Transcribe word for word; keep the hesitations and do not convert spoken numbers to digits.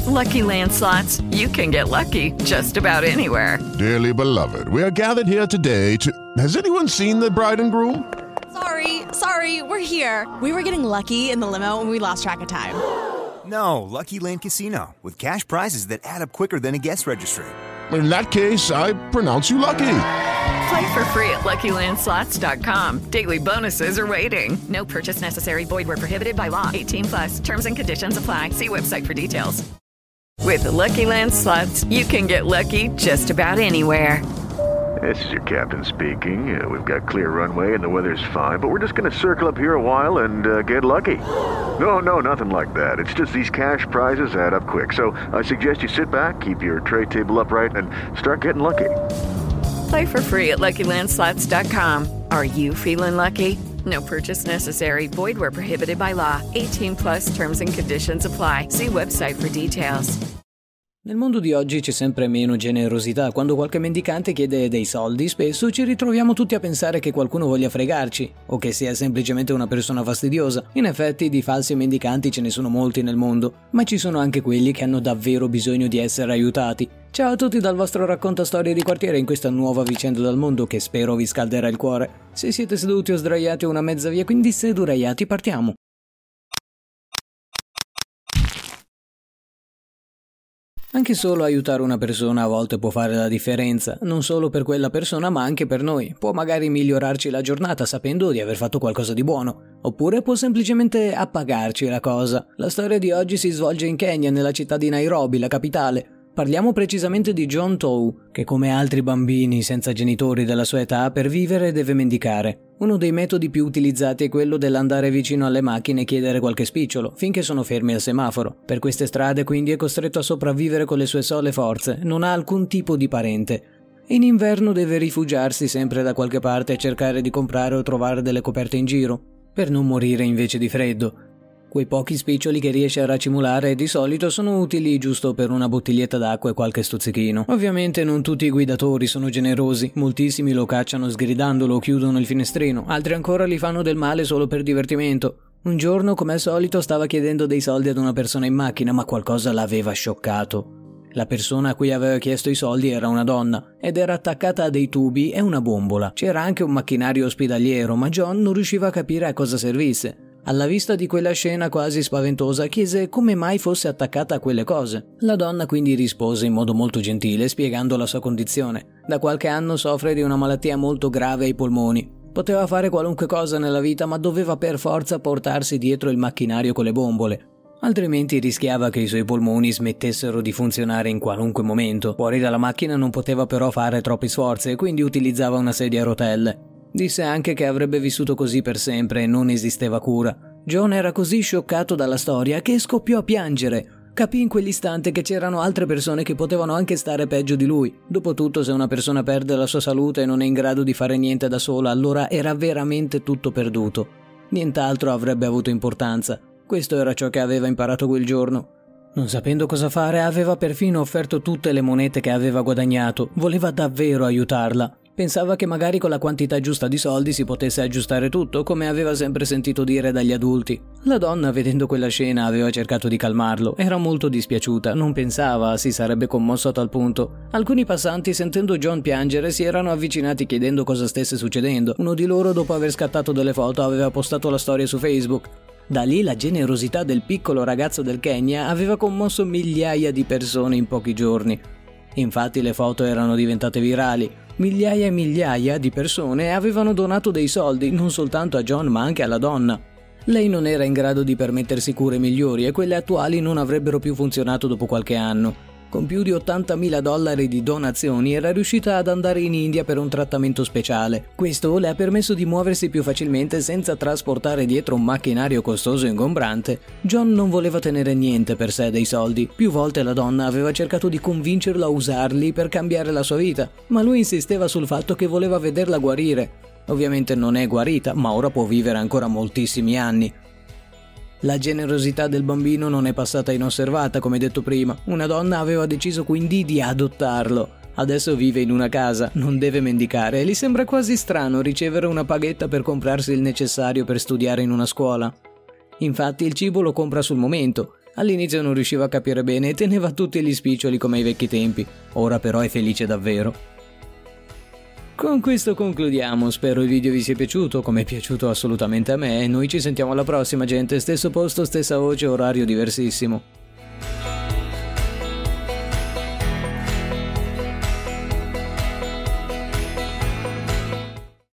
Lucky Land Slots, you can get lucky just about anywhere. Dearly beloved, we are gathered here today to... Has anyone seen the bride and groom? Sorry, sorry, we're here. We were getting lucky in the limo and we lost track of time. No, Lucky Land Casino, with cash prizes that add up quicker than a guest registry. In that case, I pronounce you lucky. Play for free at Lucky Land Slots dot com. Daily bonuses are waiting. No purchase necessary. Void where prohibited by law. eighteen plus. Terms and conditions apply. See website for details. With the Lucky Land Slots, you can get lucky just about anywhere. This is your captain speaking. Uh, we've got clear runway and the weather's fine, but we're just going to circle up here a while and uh, get lucky. No, no, nothing like that. It's just these cash prizes add up quick. So I suggest you sit back, keep your tray table upright, and start getting lucky. Play for free at Lucky Land Slots dot com. Are you feeling lucky? No purchase necessary. Void where prohibited by law. eighteen plus terms and conditions apply. See website for details. Nel mondo di oggi c'è sempre meno generosità. Quando qualche mendicante chiede dei soldi, spesso ci ritroviamo tutti a pensare che qualcuno voglia fregarci, o che sia semplicemente una persona fastidiosa. In effetti, di falsi mendicanti ce ne sono molti nel mondo, ma ci sono anche quelli che hanno davvero bisogno di essere aiutati. Ciao a tutti dal vostro racconta storie di quartiere in questa nuova vicenda dal mondo che spero vi scalderà il cuore. Se siete seduti o sdraiati o una mezza via, quindi seduraiati, partiamo. Anche solo aiutare una persona a volte può fare la differenza, non solo per quella persona ma anche per noi. Può magari migliorarci la giornata sapendo di aver fatto qualcosa di buono, oppure può semplicemente appagarci la cosa. La storia di oggi si svolge in Kenya, nella città di Nairobi, la capitale. Parliamo precisamente di John Tou, che come altri bambini senza genitori della sua età per vivere deve mendicare. Uno dei metodi più utilizzati è quello dell'andare vicino alle macchine e chiedere qualche spicciolo, finché sono fermi al semaforo. Per queste strade quindi è costretto a sopravvivere con le sue sole forze, non ha alcun tipo di parente. In inverno deve rifugiarsi sempre da qualche parte e cercare di comprare o trovare delle coperte in giro, per non morire invece di freddo. Quei pochi spiccioli che riesce a racimolare di solito sono utili giusto per una bottiglietta d'acqua e qualche stuzzichino. Ovviamente non tutti i guidatori sono generosi, moltissimi lo cacciano sgridandolo o chiudono il finestrino, altri ancora gli fanno del male solo per divertimento. Un giorno, come al solito, stava chiedendo dei soldi ad una persona in macchina, ma qualcosa l'aveva scioccato. La persona a cui aveva chiesto i soldi era una donna, ed era attaccata a dei tubi e una bombola. C'era anche un macchinario ospedaliero, ma John non riusciva a capire a cosa servisse. Alla vista di quella scena quasi spaventosa chiese come mai fosse attaccata a quelle cose. La donna quindi rispose in modo molto gentile spiegando la sua condizione. Da qualche anno soffre di una malattia molto grave ai polmoni. Poteva fare qualunque cosa nella vita ma doveva per forza portarsi dietro il macchinario con le bombole. Altrimenti rischiava che i suoi polmoni smettessero di funzionare in qualunque momento. Fuori dalla macchina non poteva però fare troppi sforzi e quindi utilizzava una sedia a rotelle. Disse anche che avrebbe vissuto così per sempre e non esisteva cura. John era così scioccato dalla storia che scoppiò a piangere. Capì in quell'istante che c'erano altre persone che potevano anche stare peggio di lui. Dopotutto, se una persona perde la sua salute e non è in grado di fare niente da sola, allora era veramente tutto perduto. Nient'altro avrebbe avuto importanza. Questo era ciò che aveva imparato quel giorno. Non sapendo cosa fare, aveva perfino offerto tutte le monete che aveva guadagnato. Voleva davvero aiutarla. Pensava che magari con la quantità giusta di soldi si potesse aggiustare tutto, come aveva sempre sentito dire dagli adulti. La donna, vedendo quella scena, aveva cercato di calmarlo. Era molto dispiaciuta, non pensava si sarebbe commosso a tal punto. Alcuni passanti, sentendo John piangere, si erano avvicinati chiedendo cosa stesse succedendo. Uno di loro, dopo aver scattato delle foto, aveva postato la storia su Facebook. Da lì la generosità del piccolo ragazzo del Kenya aveva commosso migliaia di persone in pochi giorni. Infatti le foto erano diventate virali. Migliaia e migliaia di persone avevano donato dei soldi non soltanto a John ma anche alla donna. Lei non era in grado di permettersi cure migliori e quelle attuali non avrebbero più funzionato dopo qualche anno. Con più di ottantamila dollari di donazioni era riuscita ad andare in India per un trattamento speciale. Questo le ha permesso di muoversi più facilmente senza trasportare dietro un macchinario costoso e ingombrante. John non voleva tenere niente per sé dei soldi. Più volte la donna aveva cercato di convincerlo a usarli per cambiare la sua vita, ma lui insisteva sul fatto che voleva vederla guarire. Ovviamente non è guarita, ma ora può vivere ancora moltissimi anni. La generosità del bambino non è passata inosservata, come detto prima. Una donna aveva deciso quindi di adottarlo. Adesso vive in una casa, non deve mendicare e gli sembra quasi strano ricevere una paghetta per comprarsi il necessario per studiare in una scuola. Infatti il cibo lo compra sul momento. All'inizio non riusciva a capire bene e teneva tutti gli spiccioli come ai vecchi tempi, ora però è felice davvero. Con questo concludiamo, spero il video vi sia piaciuto, come è piaciuto assolutamente a me, e noi ci sentiamo alla prossima gente, stesso posto, stessa voce, orario diversissimo.